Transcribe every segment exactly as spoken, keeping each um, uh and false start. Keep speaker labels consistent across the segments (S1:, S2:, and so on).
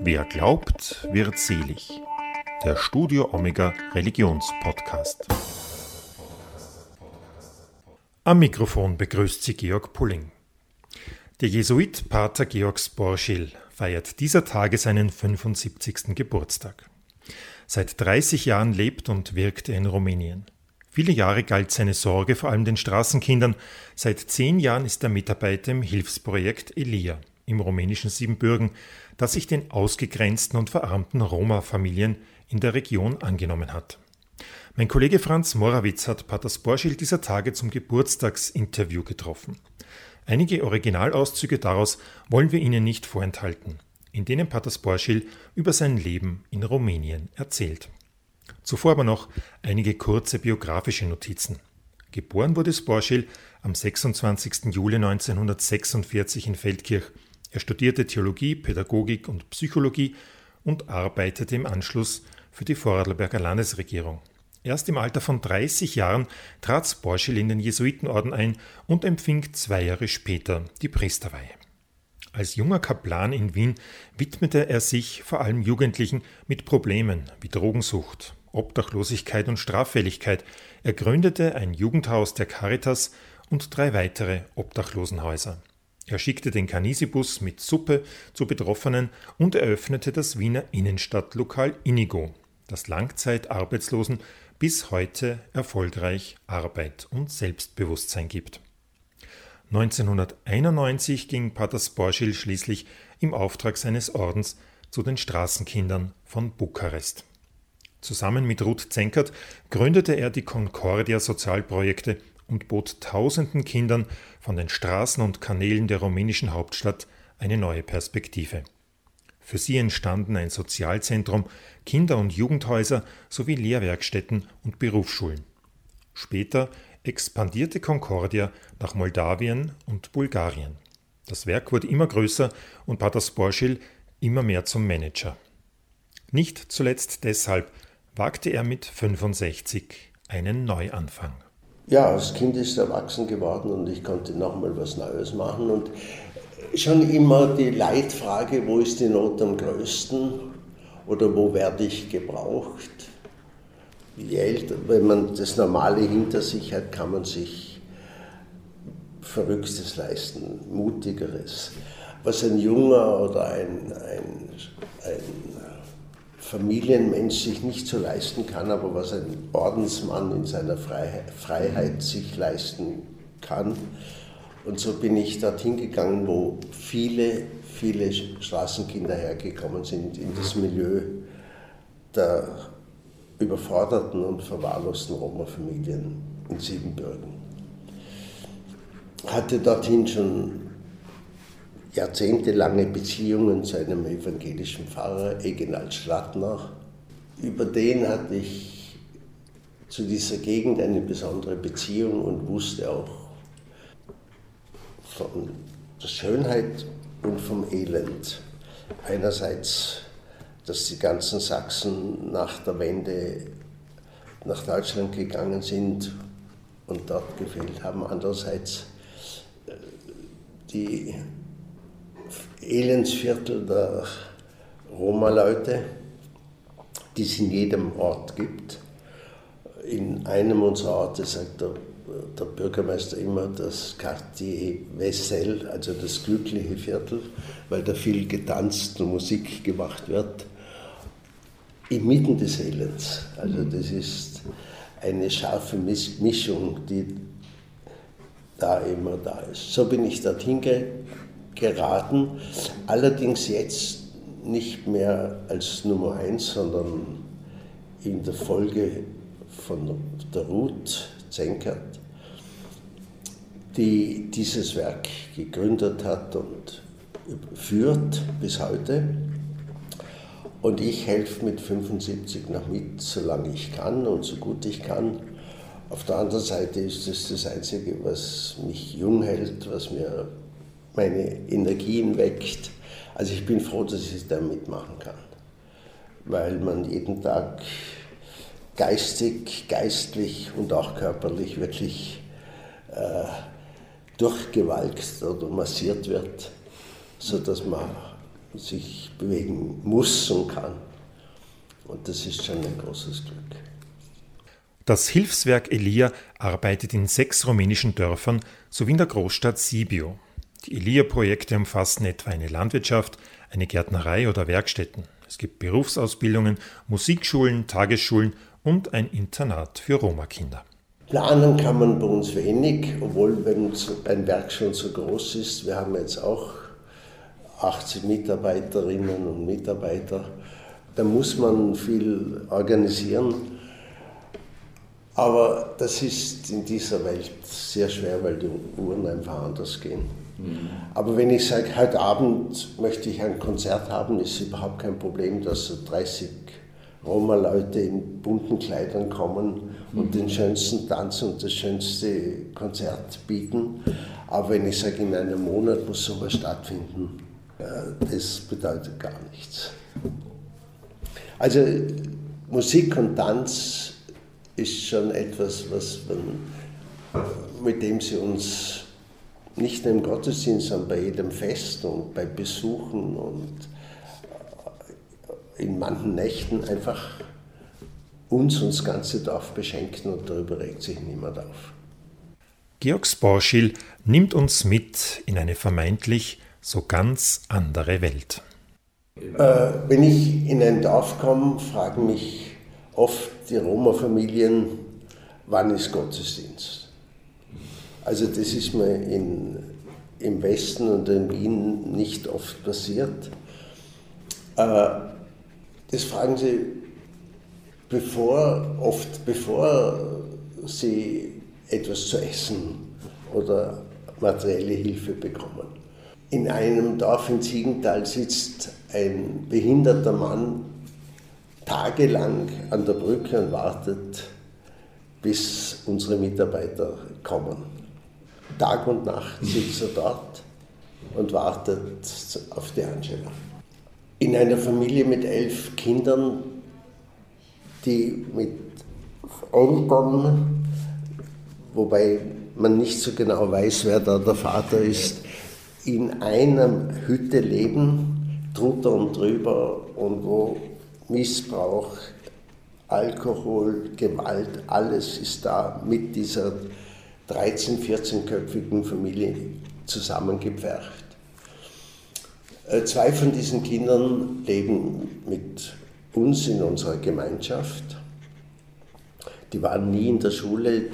S1: Wer glaubt, wird selig. Der Studio Omega Religionspodcast. Am Mikrofon begrüßt Sie Georg Pulling. Der Jesuit Pater Georg Sporschil feiert dieser Tage seinen fünfundsiebzigsten Geburtstag. Seit dreißig Jahren lebt und wirkt er in Rumänien. Viele Jahre galt seine Sorge vor allem den Straßenkindern. Seit zehn Jahren ist er Mitarbeiter im Hilfsprojekt Elia im rumänischen Siebenbürgen, das sich den ausgegrenzten und verarmten Roma-Familien in der Region angenommen hat. Mein Kollege Franz Morawitz hat Pater Sporschil dieser Tage zum Geburtstagsinterview getroffen. Einige Originalauszüge daraus wollen wir Ihnen nicht vorenthalten, in denen Pater Sporschil über sein Leben in Rumänien erzählt. Zuvor aber noch einige kurze biografische Notizen. Geboren wurde Sporschil am sechsundzwanzigsten Juli neunzehnhundertsechsundvierzig in Feldkirch. Er studierte Theologie, Pädagogik und Psychologie und arbeitete im Anschluss für die Vorarlberger Landesregierung. Erst im Alter von dreißig Jahren trat Sporschil in den Jesuitenorden ein und empfing zwei Jahre später die Priesterweihe. Als junger Kaplan in Wien widmete er sich vor allem Jugendlichen mit Problemen wie Drogensucht, Obdachlosigkeit und Straffälligkeit. Er gründete ein Jugendhaus der Caritas und drei weitere Obdachlosenhäuser. Er schickte den Canisibus mit Suppe zu Betroffenen und eröffnete das Wiener Innenstadtlokal Inigo, das Langzeitarbeitslosen bis heute erfolgreich Arbeit und Selbstbewusstsein gibt. neunzehnhunderteinundneunzig ging Pater Sporschil schließlich im Auftrag seines Ordens zu den Straßenkindern von Bukarest. Zusammen mit Ruth Zenkert gründete er die Concordia Sozialprojekte und bot tausenden Kindern von den Straßen und Kanälen der rumänischen Hauptstadt eine neue Perspektive. Für sie entstanden ein Sozialzentrum, Kinder- und Jugendhäuser sowie Lehrwerkstätten und Berufsschulen. Später expandierte Concordia nach Moldawien und Bulgarien. Das Werk wurde immer größer und Pater Sporschil immer mehr zum Manager. Nicht zuletzt deshalb wagte er mit fünfundsechzig einen Neuanfang.
S2: Ja, als Kind ist er erwachsen geworden und ich konnte nochmal was Neues machen. Und schon immer die Leitfrage, wo ist die Not am größten oder wo werde ich gebraucht? Je älter, wenn man das Normale hinter sich hat, kann man sich Verrücktes leisten, Mutigeres. Was ein Junger oder ein, ein, ein Familienmensch sich nicht so leisten kann, aber was ein Ordensmann in seiner Freiheit, Freiheit sich leisten kann. Und so bin ich dorthin gegangen, wo viele, viele Straßenkinder hergekommen sind, in das Milieu der überforderten und verwahrlosten Roma-Familien in Siebenbürgen. Hatte dorthin schon jahrzehntelange Beziehungen zu einem evangelischen Pfarrer, Eginald Schlatner. Über den hatte ich zu dieser Gegend eine besondere Beziehung und wusste auch von der Schönheit und vom Elend. Einerseits, dass die ganzen Sachsen nach der Wende nach Deutschland gegangen sind und dort gefehlt haben. Andererseits die Elendsviertel der Roma-Leute, die es in jedem Ort gibt. In einem unserer Orte sagt der, der Bürgermeister immer das Quartier Vesel, also das glückliche Viertel, weil da viel getanzt und Musik gemacht wird, inmitten des Elends. Also das ist eine scharfe Mischung, die da immer da ist. So bin ich dorthin geraten, allerdings jetzt nicht mehr als Nummer eins, sondern in der Folge von der Ruth Zenkert, die dieses Werk gegründet hat und führt bis heute. Und ich helfe mit fünfundsiebzig noch mit, solange ich kann und so gut ich kann. Auf der anderen Seite ist es das Einzige, was mich jung hält, was mir meine Energien weckt. Also ich bin froh, dass ich da mitmachen kann, weil man jeden Tag geistig, geistlich und auch körperlich wirklich äh, durchgewalkt oder massiert wird, sodass man sich bewegen muss und kann. Und das ist schon ein großes Glück.
S1: Das Hilfswerk Elia arbeitet in sechs rumänischen Dörfern sowie in der Großstadt Sibiu. Die Elia-Projekte umfassen etwa eine Landwirtschaft, eine Gärtnerei oder Werkstätten. Es gibt Berufsausbildungen, Musikschulen, Tagesschulen und ein Internat für Roma-Kinder.
S2: Planen kann man bei uns wenig, obwohl wenn ein Werk schon so groß ist. Wir haben jetzt auch achtzig Mitarbeiterinnen und Mitarbeiter. Da muss man viel organisieren. Aber das ist in dieser Welt sehr schwer, weil die Uhren einfach anders gehen. Mhm. Aber wenn ich sage, heute Abend möchte ich ein Konzert haben, ist überhaupt kein Problem, dass so dreißig Roma-Leute in bunten Kleidern kommen und den schönsten Tanz und das schönste Konzert bieten. Aber wenn ich sage, in einem Monat muss sowas stattfinden, das bedeutet gar nichts. Also Musik und Tanz ist schon etwas, was man, mit dem sie uns nicht nur im Gottesdienst, sondern bei jedem Fest und bei Besuchen und in manchen Nächten einfach uns und das ganze Dorf beschenken und darüber regt sich niemand auf.
S1: Georg Sporschil nimmt uns mit in eine vermeintlich so ganz andere Welt.
S2: Äh, wenn ich in ein Dorf komme, fragen mich oft die Roma-Familien, wann ist Gottesdienst? Also das ist mir in, im Westen und in Wien nicht oft passiert. Äh, das fragen sie bevor, oft bevor sie etwas zu essen oder materielle Hilfe bekommen. In einem Dorf in Ziegental sitzt ein behinderter Mann tagelang an der Brücke und wartet, bis unsere Mitarbeiter kommen. Tag und Nacht sitzt er dort und wartet auf die Angela. In einer Familie mit elf Kindern, die mit Eltern, wobei man nicht so genau weiß, wer da der Vater ist, in einer Hütte leben, drunter und drüber, und wo Missbrauch, Alkohol, Gewalt, alles ist da mit dieser dreizehn-, vierzehnköpfigen Familie zusammengepfercht. Zwei von diesen Kindern leben mit uns in unserer Gemeinschaft. Die waren nie in der Schule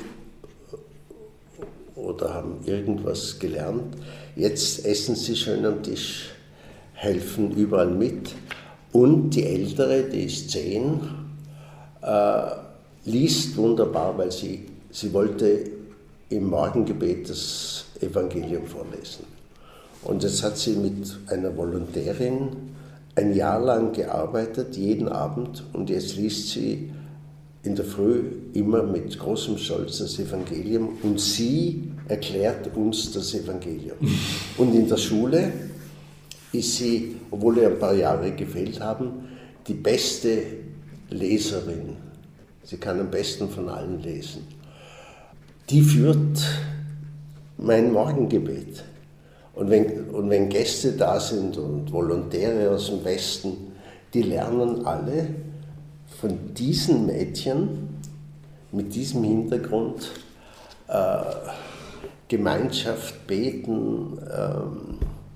S2: oder haben irgendwas gelernt. Jetzt essen sie schön am Tisch, helfen überall mit. Und die Ältere, die ist zehn, äh, liest wunderbar, weil sie, sie wollte im Morgengebet das Evangelium vorlesen. Und jetzt hat sie mit einer Volontärin ein Jahr lang gearbeitet, jeden Abend, und jetzt liest sie in der Früh immer mit großem Stolz das Evangelium und sie erklärt uns das Evangelium. Und in der Schule ist sie, obwohl ihr ein paar Jahre gefehlt haben, die beste Leserin. Sie kann am besten von allen lesen. Die führt mein Morgengebet. Und wenn, und wenn Gäste da sind und Volontäre aus dem Westen, die lernen alle von diesen Mädchen mit diesem Hintergrund äh, Gemeinschaft, Beten, ähm,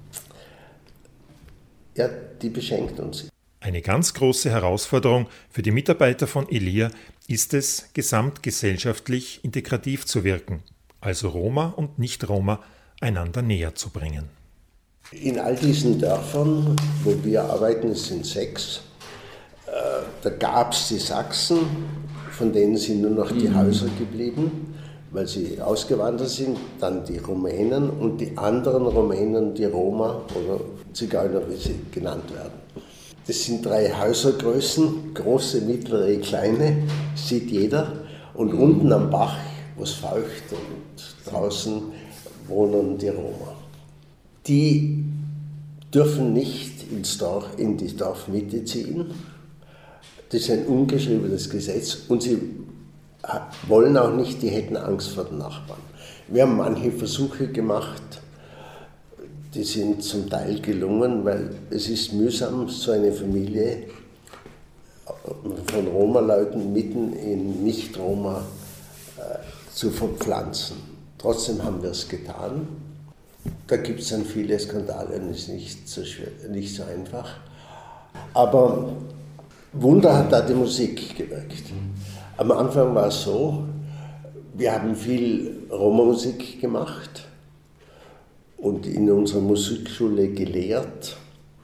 S2: ja, die beschenkt uns.
S1: Eine ganz große Herausforderung für die Mitarbeiter von Elia ist es, gesamtgesellschaftlich integrativ zu wirken, also Roma und Nicht-Roma einander näher zu bringen.
S2: In all diesen Dörfern, wo wir arbeiten, es sind sechs, äh, da gab es die Sachsen, von denen sind nur noch die Häuser geblieben, weil sie ausgewandert sind, dann die Rumänen und die anderen Rumänen, die Roma oder Zigeuner, wie sie genannt werden. Das sind drei Häusergrößen, große, mittlere, kleine, sieht jeder. Und unten am Bach, wo es feucht und draußen wohnen die Roma. Die dürfen nicht ins Dorf, in die Dorfmitte ziehen. Das ist ein ungeschriebenes Gesetz und sie wollen auch nicht, die hätten Angst vor den Nachbarn. Wir haben manche Versuche gemacht, die sind zum Teil gelungen, weil es ist mühsam, so eine Familie von Roma-Leuten mitten in Nicht-Roma äh, zu verpflanzen. Trotzdem haben wir es getan. Da gibt es dann viele Skandale und ist nicht so schwer, nicht so einfach. Aber Wunder hat da die Musik gewirkt. Am Anfang war es so, wir haben viel Roma-Musik gemacht und in unserer Musikschule gelehrt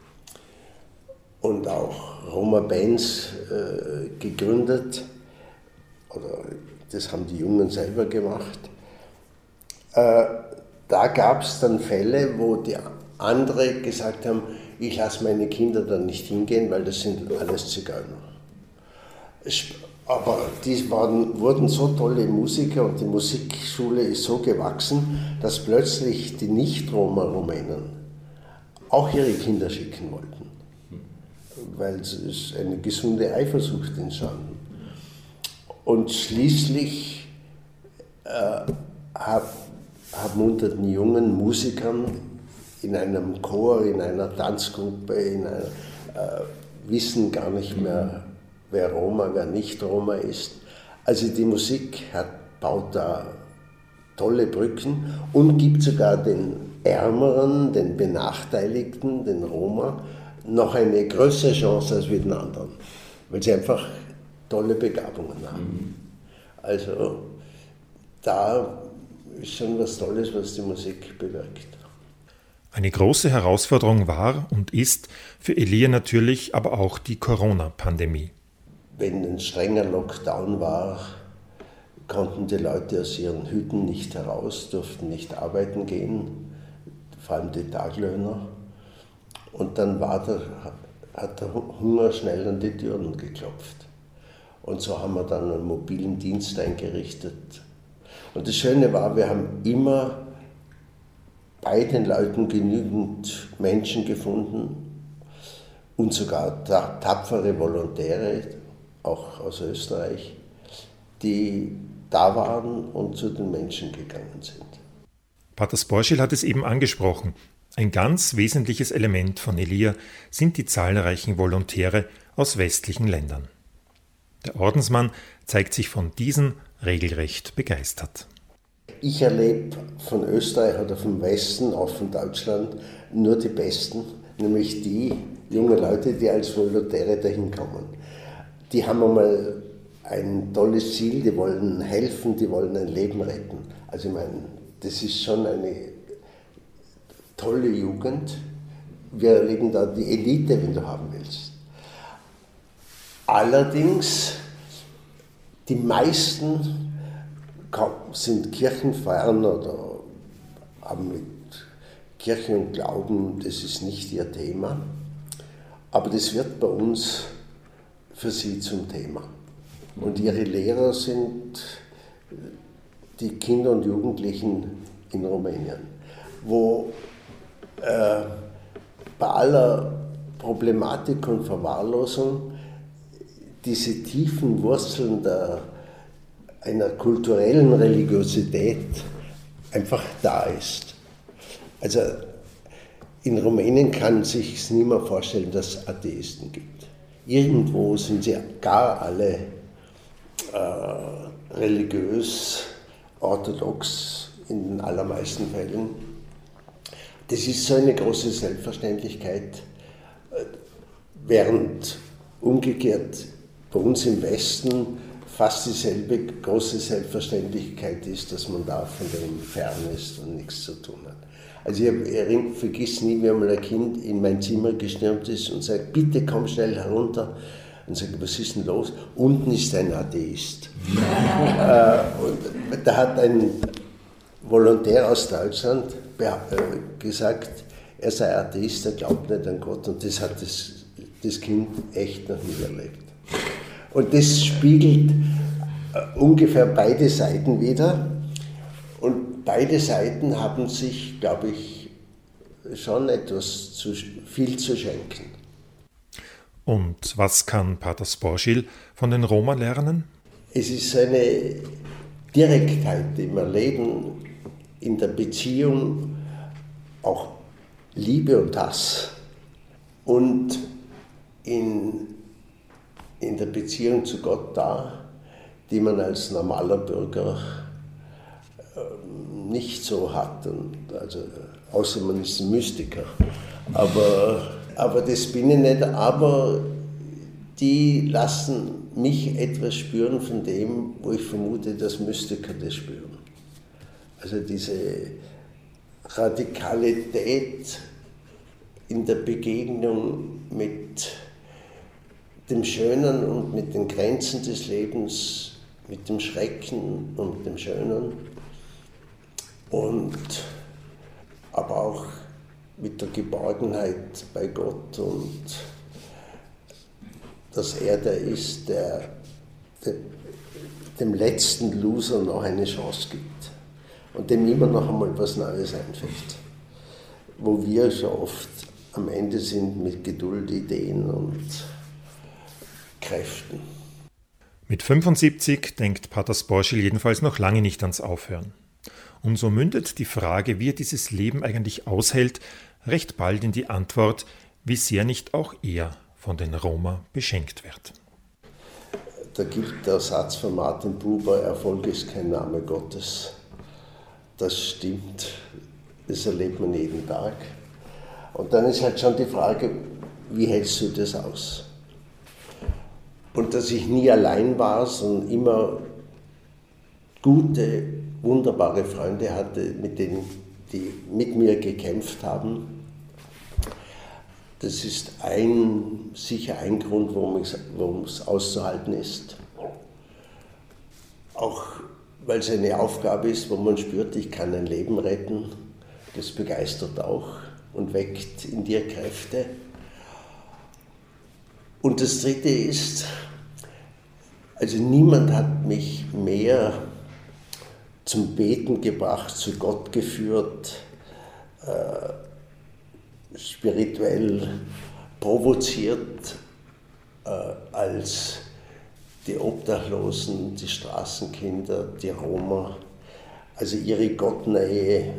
S2: und auch Roma-Bands äh, gegründet. Oder das haben die Jungen selber gemacht. Äh, da gab es dann Fälle, wo die anderen gesagt haben, ich lasse meine Kinder dann nicht hingehen, weil das sind alles Zigeuner. Aber die waren, wurden so tolle Musiker und die Musikschule ist so gewachsen, dass plötzlich die Nicht-Roma-Rumänen auch ihre Kinder schicken wollten. Weil es ist eine gesunde Eifersucht entstanden. Und schließlich äh, hab, haben unter den jungen Musikern in einem Chor, in einer Tanzgruppe, in einer, äh, wissen gar nicht mehr, wer Roma, wer nicht Roma ist. Also die Musik hat, baut da tolle Brücken und gibt sogar den Ärmeren, den Benachteiligten, den Roma, noch eine größere Chance als mit den anderen, weil sie einfach tolle Begabungen haben. Mhm. Also da ist schon was Tolles, was die Musik bewirkt.
S1: Eine große Herausforderung war und ist für Elia natürlich aber auch die Corona-Pandemie.
S2: Wenn ein strenger Lockdown war, konnten die Leute aus ihren Hütten nicht heraus, durften nicht arbeiten gehen, vor allem die Taglöhner. Und dann war der, hat der Hunger schnell an die Türen geklopft. Und so haben wir dann einen mobilen Dienst eingerichtet. Und das Schöne war, wir haben immer bei den Leuten genügend Menschen gefunden und sogar tapfere Volontäre, auch aus Österreich, die da waren und zu den Menschen gegangen sind.
S1: Pater Sporschil hat es eben angesprochen. Ein ganz wesentliches Element von Elia sind die zahlreichen Volontäre aus westlichen Ländern. Der Ordensmann zeigt sich von diesen regelrecht begeistert.
S2: Ich erlebe von Österreich oder vom Westen, auch von Deutschland, nur die Besten, nämlich die jungen Leute, die als Volontäre dahin kommen. Die haben einmal ein tolles Ziel, die wollen helfen, die wollen ein Leben retten. Also ich meine, das ist schon eine tolle Jugend. Wir erleben da die Elite, wenn du haben willst. Allerdings, die meisten sind Kirchenfeiern oder haben mit Kirche und Glauben, das ist nicht ihr Thema, aber das wird bei uns für sie zum Thema. Und ihre Lehrer sind die Kinder und Jugendlichen in Rumänien, wo äh, bei aller Problematik und Verwahrlosung diese tiefen Wurzeln der, einer kulturellen Religiosität einfach da ist. Also in Rumänien kann sich niemand vorstellen, dass es Atheisten gibt. Irgendwo sind sie gar alle äh, religiös, orthodox in den allermeisten Fällen. Das ist so eine große Selbstverständlichkeit, während umgekehrt bei uns im Westen fast dieselbe große Selbstverständlichkeit ist, dass man da von dem fern ist und nichts zu tun hat. Also ich, ich vergiss nie, wie einmal ein Kind in mein Zimmer gestürmt ist und sagt, bitte komm schnell herunter. Und sagt, was ist denn los? Unten ist ein Atheist. äh, und da hat ein Volontär aus Deutschland gesagt, er sei Atheist, er glaubt nicht an Gott, und das hat das, das Kind echt noch nie erlebt. Und das spiegelt äh, ungefähr beide Seiten wider. Und beide Seiten haben sich, glaube ich, schon etwas zu viel zu schenken.
S1: Und was kann Pater Sporschil von den Roma lernen?
S2: Es ist eine Direktheit im Erleben, in der Beziehung, auch Liebe und Hass. Und in, in der Beziehung zu Gott da, die man als normaler Bürger äh, nicht so hat, und, also, außer man ist ein Mystiker. Aber, aber das bin ich nicht, aber die lassen mich etwas spüren von dem, wo ich vermute, dass Mystiker das spüren. Also diese Radikalität in der Begegnung mit dem Schönen und mit den Grenzen des Lebens, mit dem Schrecken und mit dem Schönen und aber auch mit der Geborgenheit bei Gott und dass er der ist, der, der dem letzten Loser noch eine Chance gibt und dem immer noch einmal was Neues einfällt. Wo wir schon oft am Ende sind mit Geduld, Ideen und Kräften.
S1: Mit fünfundsiebzig denkt Pater Sporschil jedenfalls noch lange nicht ans Aufhören. Und so mündet die Frage, wie er dieses Leben eigentlich aushält, recht bald in die Antwort, wie sehr nicht auch er von den Roma beschenkt wird.
S2: Da gibt der Satz von Martin Buber, Erfolg ist kein Name Gottes. Das stimmt, das erlebt man jeden Tag. Und dann ist halt schon die Frage, wie hältst du das aus? Und dass ich nie allein war, sondern immer gute, wunderbare Freunde hatte, mit denen, die mit mir gekämpft haben. Das ist ein, sicher ein Grund, warum es auszuhalten ist. Auch weil es eine Aufgabe ist, wo man spürt, ich kann ein Leben retten. Das begeistert auch und weckt in dir Kräfte. Und das Dritte ist, also niemand hat mich mehr zum Beten gebracht, zu Gott geführt, äh, spirituell provoziert äh, als die Obdachlosen, die Straßenkinder, die Roma. Also ihre Gottnähe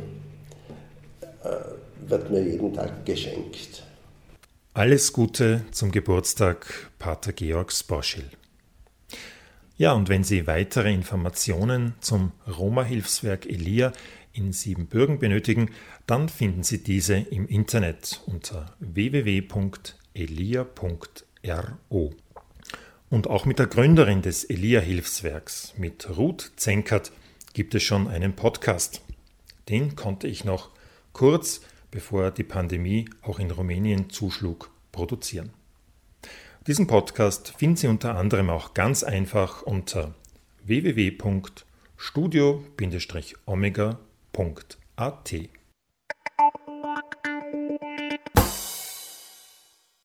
S2: äh, wird mir jeden Tag geschenkt.
S1: Alles Gute zum Geburtstag, Pater Georg Sporschil. Ja, und wenn Sie weitere Informationen zum Roma-Hilfswerk Elia in Siebenbürgen benötigen, dann finden Sie diese im Internet unter w w w punkt elia punkt r o. Und auch mit der Gründerin des Elia-Hilfswerks, mit Ruth Zenkert, gibt es schon einen Podcast. Den konnte ich noch kurz, bevor die Pandemie auch in Rumänien zuschlug, produzieren. Diesen Podcast finden Sie unter anderem auch ganz einfach unter w w w punkt studio Bindestrich omega punkt a t.